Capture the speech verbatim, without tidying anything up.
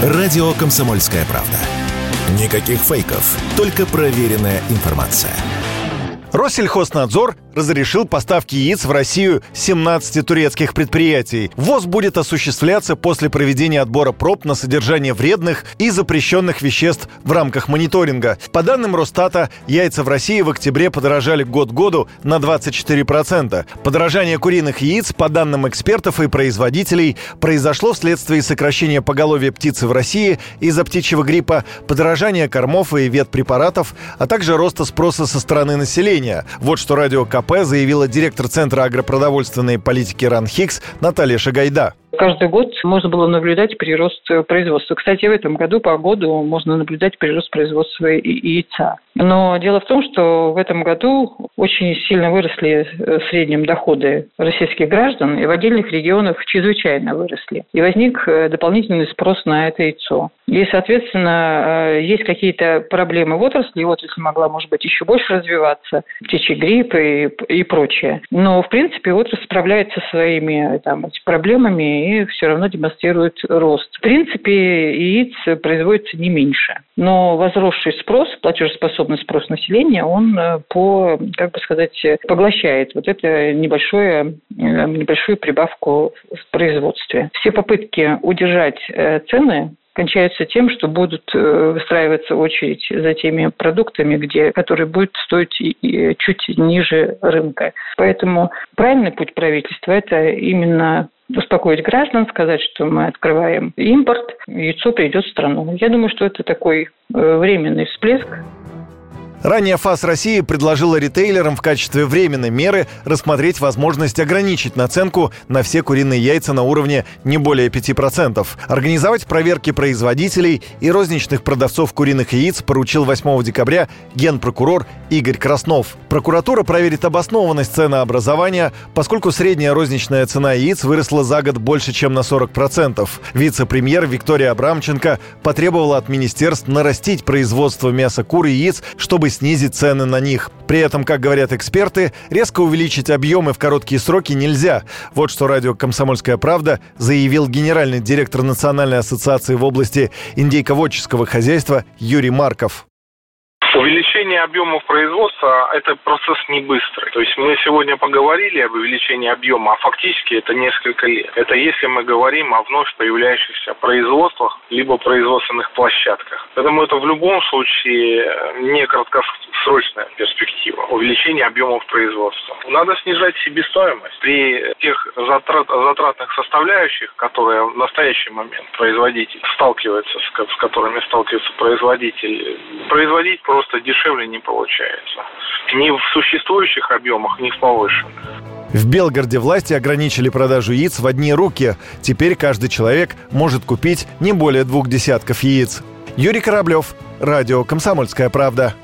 Радио «Комсомольская правда». Никаких фейков, только проверенная информация. Россельхознадзор разрешил поставки яиц в Россию семнадцати турецких предприятий. Ввоз будет осуществляться после проведения отбора проб на содержание вредных и запрещенных веществ в рамках мониторинга. По данным Росстата, яйца в России в октябре подорожали год к году на двадцать четыре процента. Подорожание куриных яиц, по данным экспертов и производителей, произошло вследствие сокращения поголовья птицы в России из-за птичьего гриппа, подорожания кормов и ветпрепаратов, а также роста спроса со стороны населения. Вот что Радио ка пэ заявила директор Центра агропродовольственной политики РАНХИКС Наталья Шагайда. Каждый год можно было наблюдать прирост производства. Кстати, в этом году по году можно наблюдать прирост производства яйца. Но дело в том, что в этом году очень сильно выросли в среднем доходы российских граждан, и в отдельных регионах чрезвычайно выросли. И возник дополнительный спрос на это яйцо. И, соответственно, есть какие-то проблемы в отрасли, и отрасль могла, может быть, еще больше развиваться, птичий грипп и, и прочее. Но, в принципе, отрасль справляется со своими там, проблемами и все равно демонстрирует рост. В принципе, яиц производится не меньше. Но возросший спрос, платежеспособный спрос населения, он по, как бы сказать, поглощает вот эту небольшую, небольшую прибавку в производстве. Все попытки удержать цены кончаются тем, что будут выстраиваться очередь за теми продуктами, где, которые будут стоить чуть ниже рынка. Поэтому правильный путь правительства – это именно успокоить граждан, сказать, что мы открываем импорт, яйцо придет в страну. Я думаю, что это такой временный всплеск. Ранее ФАС России предложила ритейлерам в качестве временной меры рассмотреть возможность ограничить наценку на все куриные яйца на уровне не более пяти процентов. Организовать проверки производителей и розничных продавцов куриных яиц поручил восьмого декабря генпрокурор Игорь Краснов. Прокуратура проверит обоснованность ценообразования, поскольку средняя розничная цена яиц выросла за год больше, чем на сорок процентов. Вице-премьер Виктория Абрамченко потребовала от министерств нарастить производство мяса кур и яиц, чтобы снизить цены на них. При этом, как говорят эксперты, резко увеличить объемы в короткие сроки нельзя. Вот что радио «Комсомольская правда» заявил генеральный директор Национальной ассоциации в области индейководческого хозяйства Юрий Марков. Увеличение объемов производства – это процесс не быстрый. То есть мы сегодня поговорили об увеличении объема, а фактически это несколько лет. Это если мы говорим о вновь появляющихся производствах либо производственных площадках. Поэтому это в любом случае не краткосрочная перспектива увеличения объемов производства. Надо снижать себестоимость. При тех затрат, затратных составляющих, которые в настоящий момент производитель сталкивается, с, с которыми сталкивается производитель, производить просто дешевле не получается. Ни в существующих объемах, ни в повышенных. В Белгороде власти ограничили продажу яиц в одни руки. Теперь каждый человек может купить не более двух десятков яиц. Юрий Кораблев, радио «Комсомольская правда».